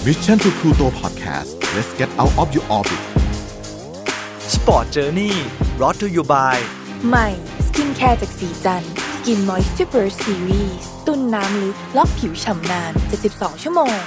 Mission to Pluto Podcast let's get out of your orbit Sport Journey brought to you by ใหม่สกินแคร์จากสีจันทร์สกินมอยส์เจอร์เบอร์ซีรีส์ตุ้นน้ำลึกล็อกผิวฉ่ำนาน72ชั่วโมง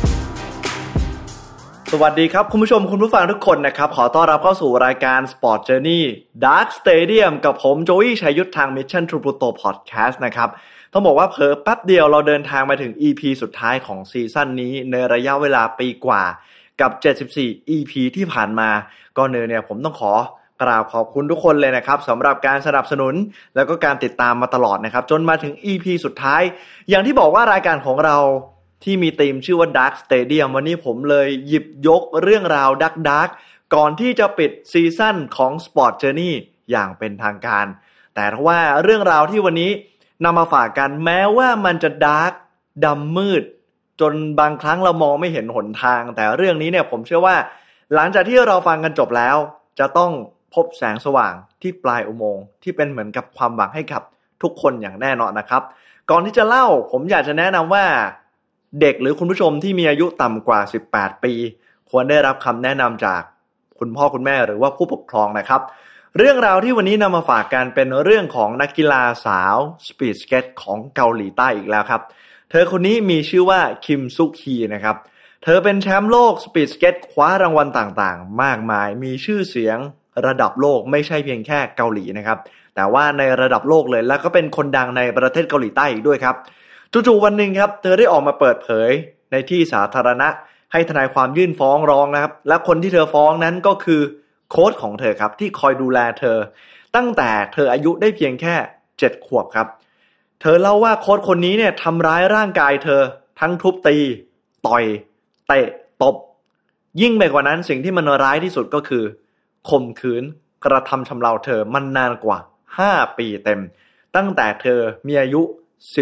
สวัสดีครับคุณผู้ชมคุณผู้ฟังทุกคนนะครับขอต้อนรับเข้าสู่รายการ Sport Journey Dark Stadium กับผมโจวี่ชัยยุทธทาง Mission to Pluto Podcast นะครับต้องบอกว่าเผลอแป๊บเดียวเราเดินทางมาถึง EP สุดท้ายของซีซั่นนี้ในระยะเวลาปีกว่ากับ74 EP ที่ผ่านมาก่อนอื่นเนี่ยผมต้องขอกราบขอบคุณทุกคนเลยนะครับสำหรับการสนับสนุนแล้วก็การติดตามมาตลอดนะครับจนมาถึง EP สุดท้ายอย่างที่บอกว่ารายการของเราที่มีธีมชื่อว่า Dark Stadium วันนี้ผมเลยหยิบยกเรื่องราวดักก่อนที่จะปิดซีซั่นของ Sport Journey อย่างเป็นทางการแต่ถ้าว่าเรื่องราวที่วันนี้นำมาฝากกันแม้ว่ามันจะดาร์กดำมืดจนบางครั้งเรามองไม่เห็นหนทางแต่เรื่องนี้เนี่ยผมเชื่อว่าหลังจากที่เราฟังกันจบแล้วจะต้องพบแสงสว่างที่ปลายอุโมงค์ที่เป็นเหมือนกับความหวังให้กับทุกคนอย่างแน่นอนนะครับก่อนที่จะเล่าผมอยากจะแนะนำว่าเด็กหรือคุณผู้ชมที่มีอายุต่ำกว่า18ปีควรได้รับคำแนะนำจากคุณพ่อคุณแม่หรือว่าผู้ปกครองนะครับเรื่องราวที่วันนี้นำมาฝากกันเป็นเรื่องของนักกีฬาสาวสปีดสเก็ตของเกาหลีใต้อีกแล้วครับเธอคนนี้มีชื่อว่าคิมซุคีนะครับเธอเป็นแชมป์โลกสปีดสเก็ตคว้ารางวัลต่างๆมากมายมีชื่อเสียงระดับโลกไม่ใช่เพียงแค่เกาหลีนะครับแต่ว่าในระดับโลกเลยแล้วก็เป็นคนดังในประเทศเกาหลีใต้อีกด้วยครับจู่ๆวันหนึ่งครับเธอได้ออกมาเปิดเผยในที่สาธารณะให้ทนายความยื่นฟ้องร้องนะครับและคนที่เธอฟ้องนั้นก็คือโค้ชของเธอครับที่คอยดูแลเธอตั้งแต่เธออายุได้เพียงแค่7ขวบครับเธอเล่าว่าโค้ชคนนี้เนี่ยทำร้ายร่างกายเธอทั้งทุบตีต่อยเตะตบยิ่งไปกว่านั้นสิ่งที่มันร้ายที่สุดก็คือข่มขืนกระทำชำเราเธอมันนานกว่า5ปีเต็มตั้งแต่เธอมีอายุ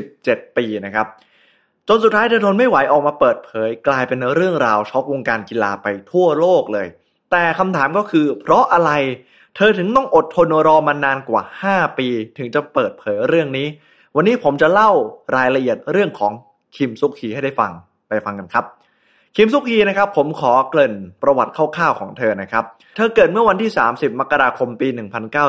17ปีนะครับจนสุดท้ายเธอทนไม่ไหวออกมาเปิดเผยกลายเป็นเรื่องราวช็อกวงการกีฬาไปทั่วโลกเลยแต่คำถามก็คือเพราะอะไรเธอถึงต้องอดทนรอมานานกว่า5ปีถึงจะเปิดเผยเรื่องนี้วันนี้ผมจะเล่ารายละเอียดเรื่องของคิมซุคีให้ได้ฟังไปฟังกันครับคิมซุคีนะครับผมขอเกริ่นประวัติคร่าวๆของเธอนะครับเธอเกิดเมื่อวันที่30มกราคมปี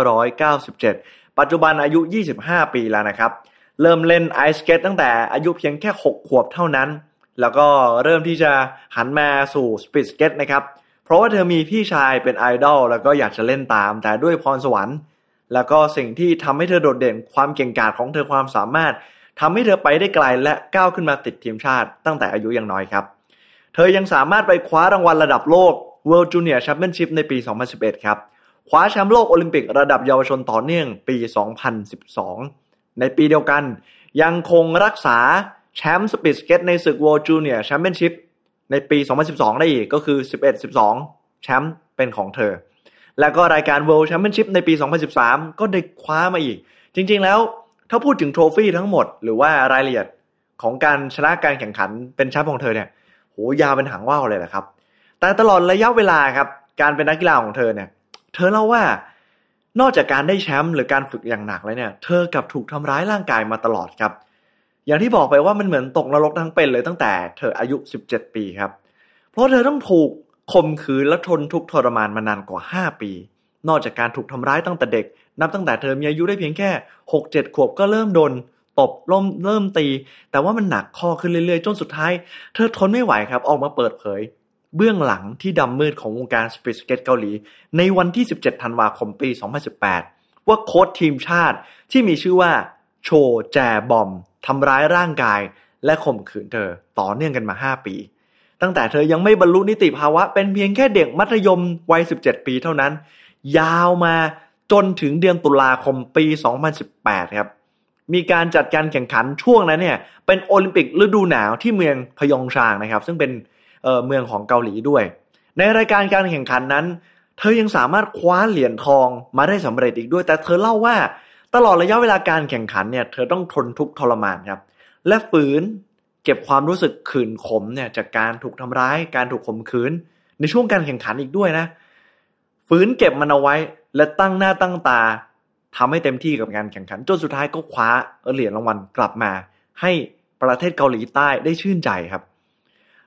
1997ปัจจุบันอายุ25ปีแล้วนะครับเริ่มเล่นไอซ์สเก็ตตั้งแต่อายุเพียงแค่6ขวบเท่านั้นแล้วก็เริ่มที่จะหันมาสู่สปีดสเก็ตนะครับเพราะว่าเธอมีพี่ชายเป็นไอดอลแล้วก็อยากจะเล่นตามแต่ด้วยพรสวรรค์แล้วก็สิ่งที่ทำให้เธอโดดเด่นความเก่งกาจของเธอความสามารถทำให้เธอไปได้ไกลและก้าวขึ้นมาติดทีมชาติตั้งแต่อายุยังน้อยครับเธอยังสามารถไปคว้ารางวัลระดับโลก World Junior Championship ในปี 2011 ครับคว้าแชมป์โลกโอลิมปิกระดับเยาวชนต่อเนื่องปี 2012 ในปีเดียวกันยังคงรักษาแชมป์สปีดสเก็ตในศึก World Junior Championship ในปี 2012 ได้อีกก็คือ 11-12 แชมป์เป็นของเธอแล้วก็รายการ World Championship ในปี 2013 ก็ได้คว้ามาอีกจริงๆแล้วถ้าพูดถึงโทรฟี่ทั้งหมดหรือว่ารายละเอียดของการชนะการแข่งขันเป็นแชมป์ของเธอเนี่ยโหยาวเป็นหางว่าวเลยแหละครับแต่ตลอดระยะเวลาครับการเป็นนักกีฬาของเธอเนี่ยเธอเล่าว่านอกจากการได้แชมป์หรือการฝึกอย่างหนักแล้วเนี่ยเธอกลับถูกทำร้ายร่างกายมาตลอดครับอย่างที่บอกไปว่ามันเหมือนตกนรกทั้งเป็นเลยตั้งแต่เธออายุ17ปีครับเพราะเธอต้องถูกข่มขืนและทนทุกข์ทรมานมานานกว่า5ปีนอกจากการถูกทำร้ายตั้งแต่เด็กนับตั้งแต่เธอมีอายุได้เพียงแค่ 6-7 ขวบก็เริ่มโดนตบเริ่มตีแต่ว่ามันหนักข้อขึ้นเรื่อยๆจนสุดท้ายเธอทนไม่ไหวครับออกมาเปิดเผยเบื้องหลังที่ดำมืดของวงการสปีดสเก็ตเกาหลีในวันที่17ธันวาคมปี2018ว่าโค้ชทีมชาติที่มีชื่อว่าโชแจบอมทำร้ายร่างกายและข่มขืนเธอต่อเนื่องกันมา5ปีตั้งแต่เธอยังไม่บรรลุนิติภาวะเป็นเพียงแค่เด็กมัธยมวัย17ปีเท่านั้นยาวมาจนถึงเดือนตุลาคมปี2018ครับมีการจัดการแข่งขันช่วงนั้นเนี่ยเป็นโอลิมปิกฤดูหนาวที่เมืองพยองชางนะครับซึ่งเป็นเมืองของเกาหลีด้วยในรายการการแข่งขันนั้นเธอยังสามารถคว้าเหรียญทองมาได้สำเร็จอีกด้วยแต่เธอเล่าว่าตลอดระยะเวลาการแข่งขันเนี่ยเธอต้องทนทุกข์ทรมานครับและฝืนเก็บความรู้สึกขื่นขมเนี่ยจากการถูกทำร้ายการถูกข่มขืนในช่วงการแข่งขันอีกด้วยนะฝืนเก็บมันเอาไว้และตั้งหน้าตั้งตาทำให้เต็มที่กับการแข่งขันจนสุดท้ายก็คว้าเหรียญรางวัลกลับมาให้ประเทศเกาหลีใต้ได้ชื่นใจครับ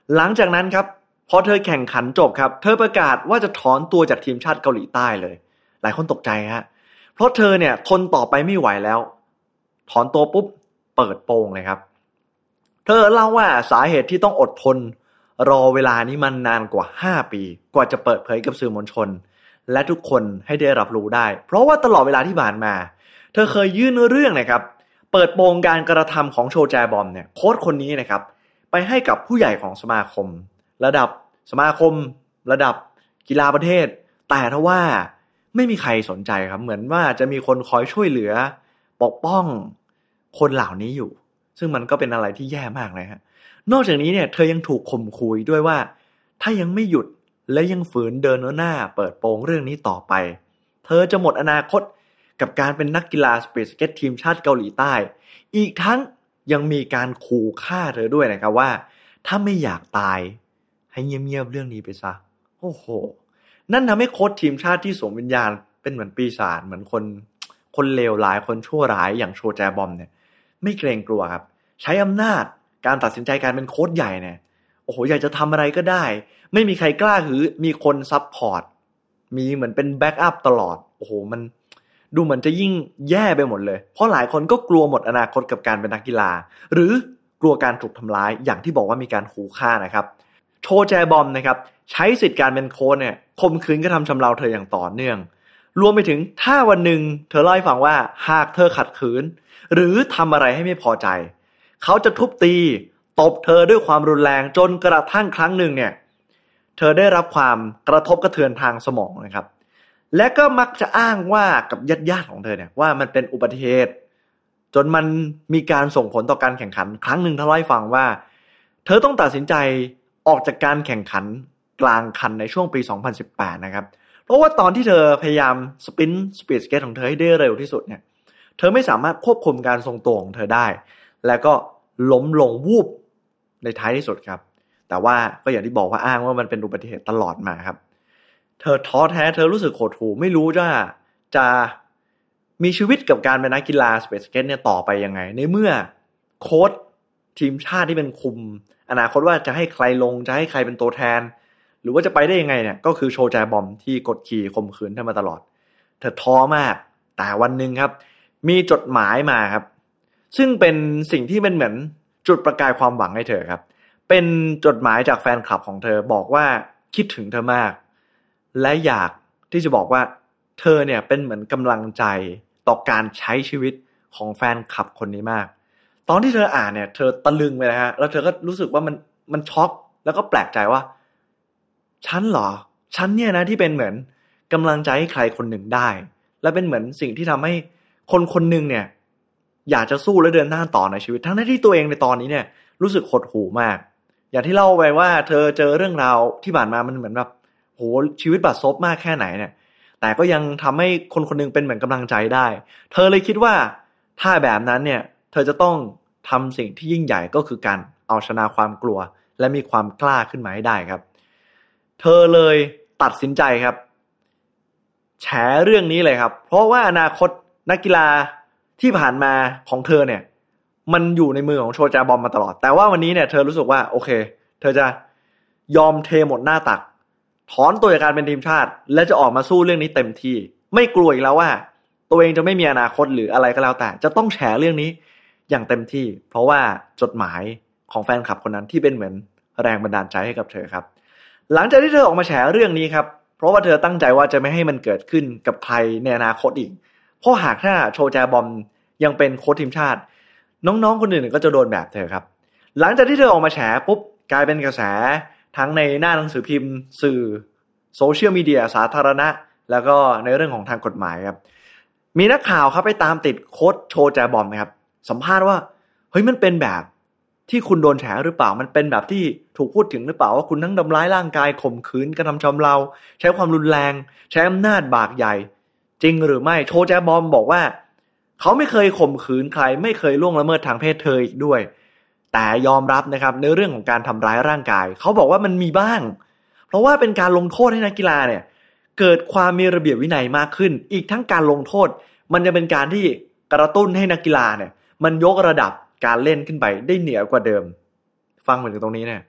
หลังจากนั้นครับพอเธอแข่งขันจบครับเธอประกาศว่าจะถอนตัวจากทีมชาติเกาหลีใต้เลยหลายคนตกใจฮะเพราะเธอเนี่ยทนต่อไปไม่ไหวแล้วถอนตัวปุ๊บเปิดโปงเลยครับเธอเล่าว่าสาเหตุที่ต้องอดทนรอเวลานี้มันนานกว่า5 ปีกว่าจะเปิดเผยกับสื่อมวลชนและทุกคนให้ได้รับรู้ได้เพราะว่าตลอดเวลาที่ผ่านมาเธอเคยยื่นเรื่องนะครับเปิดโปงการกระทำของโชแจบอมเนี่ยโค้ชคนนี้นะครับไปให้กับผู้ใหญ่ของสมาคมระดับสมาคมระดับกีฬาประเทศแต่ทว่าไม่มีใครสนใจครับเหมือนว่าจะมีคนคอยช่วยเหลือปกป้องคนเหล่านี้อยู่ซึ่งมันก็เป็นอะไรที่แย่มากเลยฮะนอกจากนี้เนี่ยเธอยังถูกข่มขู่ด้วยว่าถ้ายังไม่หยุดและยังฝืนเดินหน้าเปิดโปงเรื่องนี้ต่อไปเธอจะหมดอนาคตกับการเป็นนักกีฬาสปีดสเก็ตทีมชาติเกาหลีใต้อีกทั้งยังมีการขู่ฆ่าเธอด้วยนะครับว่าถ้าไม่อยากตายให้เงียบๆเรื่องนี้ไปซะโอ้โหนั่นทำให้โค้ชทีมชาติที่สวมวิญญาณเป็นเหมือนปีศาจเหมือนคนเลวร้ายคนชั่วร้ายอย่างโชแจบอมเนี่ยไม่เกรงกลัวครับใช้อำนาจการตัดสินใจการเป็นโค้ชใหญ่เนี่ยโอ้โหอยากจะทำอะไรก็ได้ไม่มีใครกล้าหรือมีคนซัพพอร์ตมีเหมือนเป็นแบ็กอัพตลอดโอ้โหมันดูเหมือนจะยิ่งแย่ไปหมดเลยเพราะหลายคนก็กลัวหมดอนาคตกับการเป็นนักกีฬาหรือกลัวการถูกทำร้ายอย่างที่บอกว่ามีการขู่ฆ่านะครับโชแจบอมนะครับใช้สิทธิการเป็นโค้ชเนี่ยข่มขืนกระทำชำเราเธออย่างต่อเนื่องรวมไปถึงถ้าวันหนึ่งเธอเล่าให้ฟังว่าหากเธอขัดขืนหรือทำอะไรให้ไม่พอใจเขาจะทุบตีตบเธอด้วยความรุนแรงจนกระทั่งครั้งหนึ่งเนี่ยเธอได้รับความกระทบกระเทือนทางสมองนะครับและก็มักจะอ้างว่ากับญาติของเธอเนี่ยว่ามันเป็นอุบัติเหตุจนมันมีการส่งผลต่อการแข่งขันครั้งหนึ่งเธอเล่าให้ฟังว่าเธอต้องตัดสินใจออกจากการแข่งขันกลางคันในช่วงปี 2018 นะครับเพราะว่าตอนที่เธอพยายามสปินสปีดสเก็ตของเธอให้ได้เร็วที่สุดเนี่ยเธอไม่สามารถควบคุมการทรงตัวของเธอได้แล้วก็ล้มลงวูบในท้ายที่สุดครับแต่ว่าก็อย่างที่บอกว่าอ้างว่ามันเป็นอุบัติเหตุตลอดมาครับเธอท้อแท้เธอรู้สึกโหดหู่ไม่รู้ว่าจะมีชีวิตกับการเป็นนักกีฬาสปีดสเก็ตเนี่ยต่อไปยังไงในเมื่อโค้ชทีมชาติที่เป็นคุมอนาคตว่าจะให้ใครลงจะให้ใครเป็นตัวแทนหรือว่าจะไปได้ยังไงเนี่ยก็คือโชแจบอมที่กดขี่ข่มขืนเธอมาตลอดเธอท้อมากแต่วันนึงครับมีจดหมายมาครับซึ่งเป็นสิ่งที่เป็นเหมือนจุดประกายความหวังให้เธอครับเป็นจดหมายจากแฟนคลับของเธอบอกว่าคิดถึงเธอมากและอยากที่จะบอกว่าเธอเนี่ยเป็นเหมือนกำลังใจต่อการใช้ชีวิตของแฟนคลับคนนี้มากตอนที่เธออ่านเนี่ยเธอตะลึงไปเลยฮะแล้วเธอก็รู้สึกว่ามันช็อกแล้วก็แปลกใจว่าฉันเหรอฉันเนี่ยนะที่เป็นเหมือนกำลังใจให้ใครคนหนึ่งได้และเป็นเหมือนสิ่งที่ทำให้คนคนหนึ่งเนี่ยอยากจะสู้และเดินหน้าต่อในชีวิตทั้งที่ตัวเองในตอนนี้เนี่ยรู้สึกหดหู่มากอย่างที่เล่าไปว่าเธอเจอเรื่องราวที่ผ่านมามันเหมือนแบบโหชีวิตบาดซบมากแค่ไหนเนี่ยแต่ก็ยังทำให้คนคนนึงเป็นเหมือนกำลังใจได้เธอเลยคิดว่าถ้าแบบนั้นเนี่ยเธอจะต้องทำสิ่งที่ยิ่งใหญ่ก็คือการเอาชนะความกลัวและมีความกล้าขึ้นมาให้ได้ครับเธอเลยตัดสินใจครับแฉเรื่องนี้เลยครับเพราะว่าอนาคตนักกีฬาที่ผ่านมาของเธอเนี่ยมันอยู่ในมือของโชแจบอมมาตลอดแต่ว่าวันนี้เนี่ยเธอรู้สึกว่าโอเคเธอจะยอมเทหมดหน้าตักถอนตัวจากการเป็นทีมชาติและจะออกมาสู้เรื่องนี้เต็มที่ไม่กลัวอีกแล้วว่าตัวเองจะไม่มีอนาคตหรืออะไรก็แล้วแต่จะต้องแฉเรื่องนี้อย่างเต็มที่เพราะว่าจดหมายของแฟนคลับคนนั้นที่เป็นเหมือนแรงบันดาลใจให้กับเธอครับหลังจากที่เธอออกมาแฉเรื่องนี้ครับเพราะว่าเธอตั้งใจว่าจะไม่ให้มันเกิดขึ้นกับใครในอนาคตอีกเพราะหากถ้าโชแจบอมยังเป็นโค้ชทีมชาติน้องๆคนอื่นก็จะโดนแบบเธอครับหลังจากที่เธอออกมาแฉปุ๊บกลายเป็นกระแสทั้งในหน้าหนังสือพิมพ์สื่อโซเชียลมีเดียสาธารณะแล้วก็ในเรื่องของทางกฎหมายครับมีนักข่าวครับไปตามติดโค้ชโชแจบอมนะครับสัมภาษณ์ว่าเฮ้ยมันเป็นแบบที่คุณโดนแฉหรือเปล่ามันเป็นแบบที่ถูกพูดถึงหรือเปล่าว่าคุณทั้งทำร้ายร่างกายข่มขืนกระทำชำเราใช้ความรุนแรงใช้อำนาจบากใหญ่จริงหรือไม่โชแจบอมบอกว่าเขาไม่เคยข่มขืนใครไม่เคยล่วงละเมิดทางเพศเธออีกด้วยแต่ยอมรับนะครับในเรื่องของการทำร้ายร่างกายเขาบอกว่ามันมีบ้างเพราะว่าเป็นการลงโทษให้นักกีฬาเนี่ยเกิดความมีระเบียบวินัยมากขึ้นอีกทั้งการลงโทษมันจะเป็นการที่กระตุ้นให้นักกีฬาเนี่ยมันยกระดับการเล่นขึ้นไปได้เหนือกว่าเดิมฟังมาถึงตรงนี้เนี่ย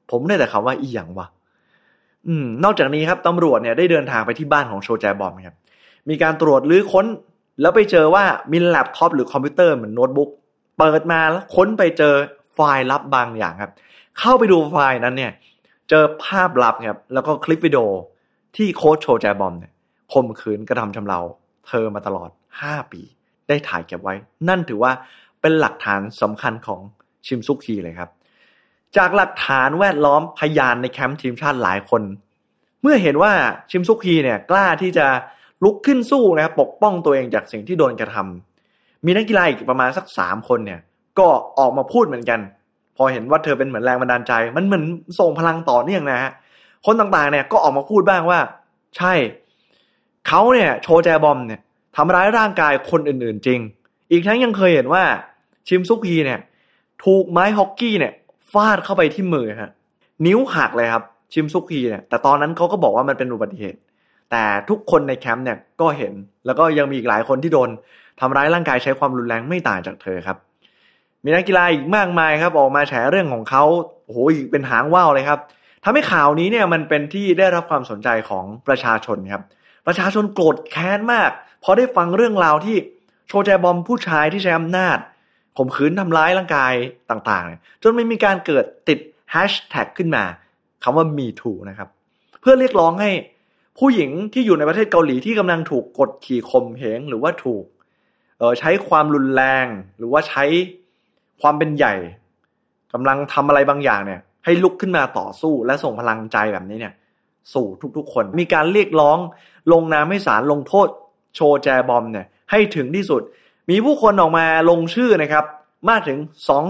ผมได้แต่คำว่าอีหยังวะนอกจากนี้ครับตำรวจเนี่ยได้เดินทางไปที่บ้านของโชแจบอมครับมีการตรวจลื้อค้นแล้วไปเจอว่ามีแล็ปท็อปหรือคอมพิวเตอร์เหมือนโน้ตบุ๊กเปิดมาแล้วค้นไปเจอไฟล์ลับบางอย่างครับเข้าไปดูไฟล์นั้นเนี่ยเจอภาพลับครับแล้วก็คลิปวิดีโอที่โค้ชโชแจบอมเนี่ยข่มขืนกระทำชำเราเธอมาตลอด5 ปีได้ถ่ายเก็บไว้นั่นถือว่าเป็นหลักฐานสำคัญของชิมซุกฮีเลยครับจากหลักฐานแวดล้อมพยานในแคมป์ทีมชาติหลายคนเมื่อเห็นว่าชิมซุกฮีเนี่ยกล้าที่จะลุกขึ้นสู้นะครับปกป้องตัวเองจากสิ่งที่โดนกระทำมีนักกีฬาอีกประมาณสัก3 คนเนี่ยก็ออกมาพูดเหมือนกันพอเห็นว่าเธอเป็นเหมือนแรงบันดาลใจมันเหมือนส่งพลังต่อเนื่องนะฮะคนต่างๆเนี่ยก็ออกมาพูดบ้างว่าใช่เขาเนี่ยโชแจบอมเนี่ยทำร้ายร่างกายคนอื่นๆจริงอีกทั้งยังเคยเห็นว่าชิมซุกฮีเนี่ยถูกไม้ฮอกกี้เนี่ยฟาดเข้าไปที่มือฮะนิ้วหักเลยครับชิมซุกฮีเนี่ยแต่ตอนนั้นเขาก็บอกว่ามันเป็นอุบัติเหตุแต่ทุกคนในแคมป์เนี่ยก็เห็นแล้วก็ยังมีอีกหลายคนที่โดนทำร้ายร่างกายใช้ความรุนแรงไม่ต่างจากเธอครับมีนักกีฬาอีกมากมายครับออกมาแฉเรื่องของเขาโอ้โหเป็นหางว่าวเลยครับทำให้ข่าวนี้เนี่ยมันเป็นที่ได้รับความสนใจของประชาชนครับประชาชนโกรธแค้นมากพอได้ฟังเรื่องราวที่โชแจบอมผู้ชายที่ใช้อำนาจข่มขืนทำร้ายร่างกายต่างๆจนไม่มีการเกิดติดแฮชแท็กขึ้นมาคำว่า Me Too นะครับเพื่อเรียกร้องให้ผู้หญิงที่อยู่ในประเทศเกาหลีที่กำลังถูกกดขี่ข่มเหงหรือว่าถูกใช้ความรุนแรงหรือว่าใช้ความเป็นใหญ่กำลังทำอะไรบางอย่างเนี่ยให้ลุกขึ้นมาต่อสู้และส่งพลังใจแบบนี้เนี่ยสู่ทุกๆคนมีการเรียกร้องลงนามให้ศาลลงโทษโชแจบอมเนี่ยให้ถึงที่สุดมีผู้คนออกมาลงชื่อนะครับมากถึง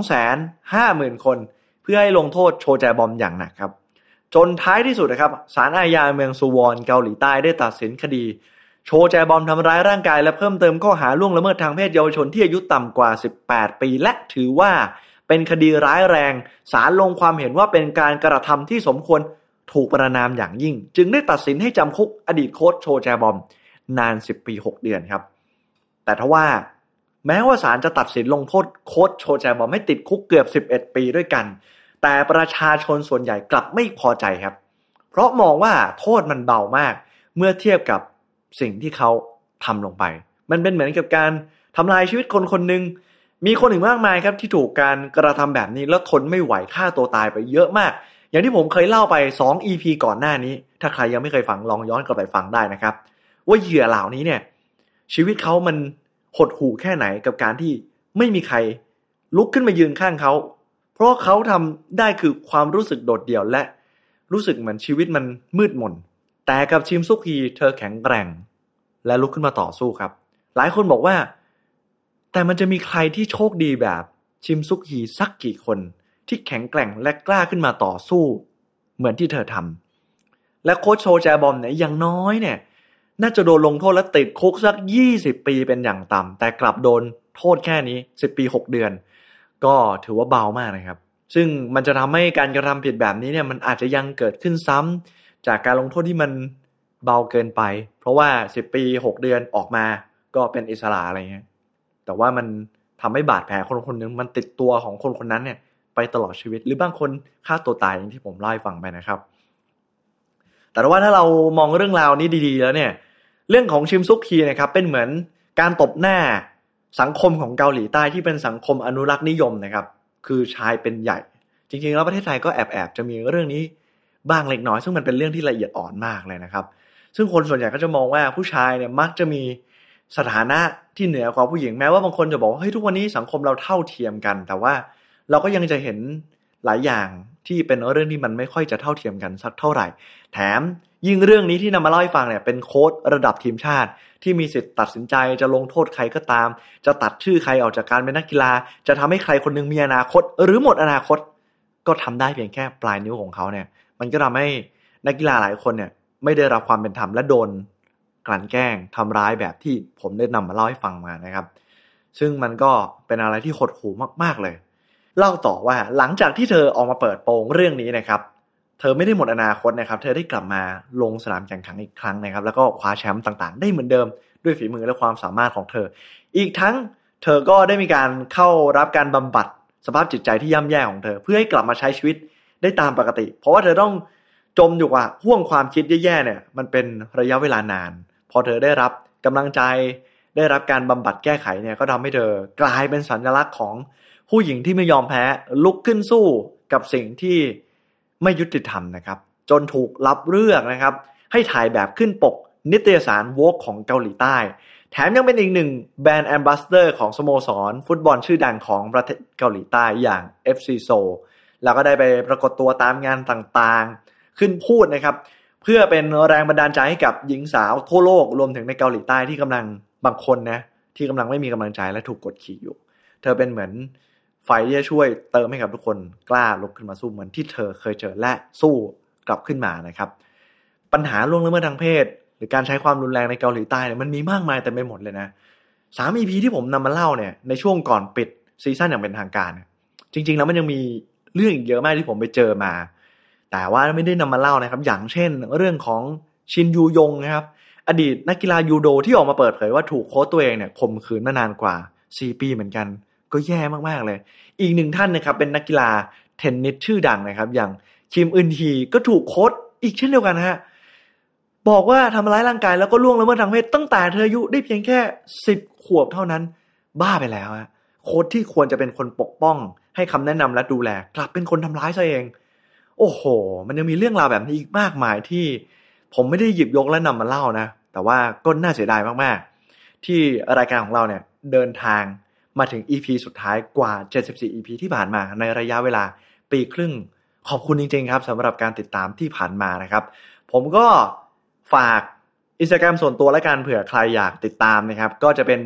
250,000 คนเพื่อให้ลงโทษโชแจบอมอย่างหนักครับจนท้ายที่สุดนะครับศาลอาญาเมืองซูวอนเกาหลีใต้ได้ตัดสินคดีโชแจบอมทำร้ายร่างกายและเพิ่มเติมข้อหาล่วงละเมิดทางเพศเยาวชนที่อายุต่ำกว่า18 ปีและถือว่าเป็นคดีร้ายแรงศาลลงความเห็นว่าเป็นการกระทำที่สมควรถูกประณามอย่างยิ่งจึงได้ตัดสินให้จำคุกอดีตโค้ชโชแจบอมนาน10 ปี 6 เดือนครับแต่ทว่าแม้ว่าศาลจะตัดสินลงโทษโค้ชโชแจบอมให้ติดคุกเกือบ11 ปีด้วยกันแต่ประชาชนส่วนใหญ่กลับไม่พอใจครับเพราะมองว่าโทษมันเบามากเมื่อเทียบกับสิ่งที่เขาทำลงไปมันเป็นเหมือนกับการทำลายชีวิตคนคนหนึ่งมีคนอีกมากมายครับที่ถูกการกระทำแบบนี้แล้วทนไม่ไหวฆ่าตัวตายไปเยอะมากอย่างที่ผมเคยเล่าไป2 EP ก่อนหน้านี้ถ้าใครยังไม่เคยฟังลองย้อนกลับไปฟังได้นะครับว่าเหยื่อเหล่านี้เนี่ยชีวิตเขามันหดหู่แค่ไหนกับการที่ไม่มีใครลุกขึ้นมายืนข้างเขาเพราะเขาทำได้คือความรู้สึกโดดเดี่ยวและรู้สึกเหมือนชีวิตมันมืดมนแต่กับชิมซุกฮีเธอแข็งแกร่งและลุกขึ้นมาต่อสู้ครับหลายคนบอกว่าแต่มันจะมีใครที่โชคดีแบบชิมซุกฮีสักกี่คนที่แข็งแกร่งและกล้าขึ้นมาต่อสู้เหมือนที่เธอทำและโค้ชโชแจบอมเนี่ยอย่างน้อยเนี่ยน่าจะโดนลงโทษและติดคุกสัก20 ปีเป็นอย่างต่ำแต่กลับโดนโทษแค่นี้10 ปี 6 เดือนก็ถือว่าเบามากนะครับซึ่งมันจะทำให้การกระทำผิดแบบนี้เนี่ยมันอาจจะยังเกิดขึ้นซ้ำจากการลงโทษที่มันเบาเกินไปเพราะว่า10 ปี 6 เดือนออกมาก็เป็นอิสระอะไรเงี้ยแต่ว่ามันทำให้บาดแผลคนคนนึงมันติดตัวของคนคนนั้นเนี่ยไปตลอดชีวิตหรือบางคนฆ่าตัวตายอย่างที่ผมเล่าให้ฟังไปนะครับแต่ว่าถ้าเรามองเรื่องราวนี้ดีๆแล้วเนี่ยเรื่องของชิมซุกฮีนะครับเป็นเหมือนการตบหน้าสังคมของเกาหลีใต้ที่เป็นสังคมอนุรักษ์นิยมนะครับคือชายเป็นใหญ่จริงๆแล้วประเทศไทยก็แอบจะมีเรื่องนี้บ้างเล็กน้อยซึ่งมันเป็นเรื่องที่ละเอียดอ่อนมากเลยนะครับซึ่งคนส่วนใหญ่ก็จะมองว่าผู้ชายเนี่ยมักจะมีสถานะที่เหนือกว่าผู้หญิงแม้ว่าบางคนจะบอกว่าเฮ้ยทุกวันนี้สังคมเราเท่าเทียมกันแต่ว่าเราก็ยังจะเห็นหลายอย่างที่เป็นเรื่องที่มันไม่ค่อยจะเท่าเทียมกันสักเท่าไหร่แถมยิ่งเรื่องนี้ที่นำมาเล่าให้ฟังเนี่ยเป็นโค้ชระดับทีมชาติที่มีสิทธิ์ตัดสินใจจะลงโทษใครก็ตามจะตัดชื่อใครออกจากการเป็นนักกีฬาจะทำให้ใครคนนึงมีอนาคตหรือหมดอนาคตก็ทำได้เพียงแค่ปลายนิ้วของเขาเนี่ยมันก็ทำให้นักกีฬาหลายคนเนี่ยไม่ได้รับความเป็นธรรมและโดนกลั่นแกล้งทำร้ายแบบที่ผมได้นำมาเล่าให้ฟังมานะครับซึ่งมันก็เป็นอะไรที่หดหู่มากๆเลยเล่าต่อว่าหลังจากที่เธอออกมาเปิดโปงเรื่องนี้นะครับเธอไม่ได้หมดอนาคตนะครับเธอได้กลับมาลงสนามแข่งขันอีกครั้งนะครับแล้วก็คว้าแชมป์ต่างๆได้เหมือนเดิมด้วยฝีมือและความสามารถของเธออีกทั้งเธอก็ได้มีการเข้ารับการบำบัดสภาพจิตใจที่ย่ำแย่ของเธอเพื่อให้กลับมาใช้ชีวิตได้ตามปกติเพราะว่าเธอต้องจมอยู่กับห่วงความคิดแย่ๆเนี่ยมันเป็นระยะเวลานานพอเธอได้รับกำลังใจได้รับการบำบัดแก้ไขเนี่ยก็ทำให้เธอกลายเป็นสัญลักษณ์ของผู้หญิงที่ไม่ยอมแพ้ลุกขึ้นสู้กับสิ่งที่ไม่ยุติธรรมนะครับจนถูกรับเลือกนะครับให้ถ่ายแบบขึ้นปกนิตยสาร Vogue ของเกาหลีใต้แถมยังเป็นอีกหนึ่งแบรนด์แอมบาสเดอร์ของสโมสรฟุตบอลชื่อดังของประเทศเกาหลีใต้อย่าง FC Seoul แล้วก็ได้ไปปรากฏตัวตามงานต่างๆขึ้นพูดนะครับเพื่อเป็นแรงบันดาลใจให้กับหญิงสาวทั่วโลกรวมถึงในเกาหลีใต้ที่กำลังบางคนนะที่กำลังไม่มีกำลังใจและถูกกดขี่อยู่เธอเป็นเหมือนไฟที่จะช่วยเติมให้กับทุกคนกล้าลุกขึ้นมาสู้เหมือนที่เธอเคยเจอและสู้กลับขึ้นมานะครับปัญหาล่วงละเมิดทางเพศหรือการใช้ความรุนแรงในเกาหลีใต้เนี่ยมันมีมากมายแต่ไม่หมดเลยนะ3 EP ที่ผมนำมาเล่าเนี่ยในช่วงก่อนปิดซีซั่นอย่างเป็นทางการจริงๆแล้วมันยังมีเรื่องอีกเยอะมากที่ผมไปเจอมาแต่ว่าไม่ได้นำมาเล่านะครับอย่างเช่นเรื่องของชินยูยงนะครับอดีตนักกีฬายูโดที่ออกมาเปิดเผยว่าถูกโค้ชตัวเองเนี่ยข่มขืนมานานกว่า4 ปีเหมือนกันก็แย่มากๆเลยอีกหนึ่งท่านนะครับเป็นนักกีฬาเทนนิสชื่อดังนะครับอย่างคิมอึนฮีก็ถูกโค้ชอีกเช่นเดียวกันนะฮะบอกว่าทำร้ายร่างกายแล้วก็ล่วงละเมิดทางเพศตั้งแต่เธออายุได้เพียงแค่10 ขวบเท่านั้นบ้าไปแล้วฮะโค้ชที่ควรจะเป็นคนปกป้องให้คำแนะนำและดูแลกลับเป็นคนทำร้ายซะเองโอ้โหมันยังมีเรื่องราวแบบนี้อีกมากมายที่ผมไม่ได้หยิบยกและนำมาเล่านะแต่ว่าก็น่าเสียดายมากๆที่รายการของเราเนี่ยเดินทางมาถึง EP สุดท้ายกว่า74 EP ที่ผ่านมาในระยะเวลาปีครึ่งขอบคุณจริงๆครับสำหรับการติดตามที่ผ่านมานะครับผมก็ฝาก Instagram ส่วนตัวและกันเผื่อใครอยากติดตามนะครับก็จะเป็น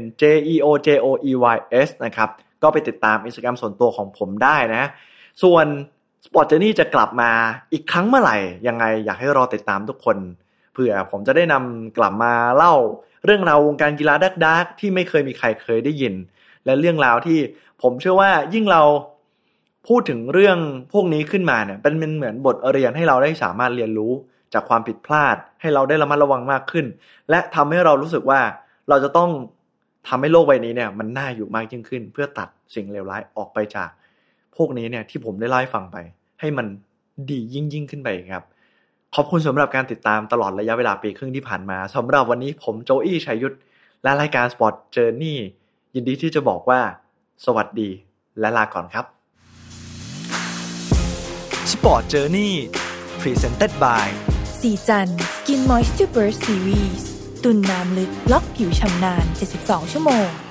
JEOJOEYS นะครับก็ไปติดตาม Instagram ส่วนตัวของผมได้นะส่วน Sport Journey จะกลับมาอีกครั้งเมื่อไหร่ยังไงอยากให้รอติดตามทุกคนเผื่อผมจะได้นำกลับมาเล่าเรื่องราววงการกีฬาดาร์กๆที่ไม่เคยมีใครเคยได้ยินและเรื่องราวที่ผมเชื่อว่ายิ่งเราพูดถึงเรื่องพวกนี้ขึ้นมาเนี่ยเป็นเหมือนบทเรียนให้เราได้สามารถเรียนรู้จากความผิดพลาดให้เราได้ระมัดระวังมากขึ้นและทำให้เรารู้สึกว่าเราจะต้องทำให้โลกใบนี้เนี่ยมันน่าอยู่มากยิ่งขึ้นเพื่อตัดสิ่งเลวร้ายออกไปจากพวกนี้เนี่ยที่ผมได้เล่าให้ฟังไปให้มันดียิ่งขึ้นไปครับขอบคุณสำหรับการติดตามตลอดระยะเวลาปีครึ่งที่ผ่านมาสำหรับวันนี้ผมโจอี้ชัยยุทธและรายการ Sport Journey ยินดีที่จะบอกว่าสวัสดีและลาก่อนครับ Sport Journey Presented by สีจัน Skin Moisture Burst Series ตุ่นน้ำลึกล็อกผิวชำนาน72 ชั่วโมง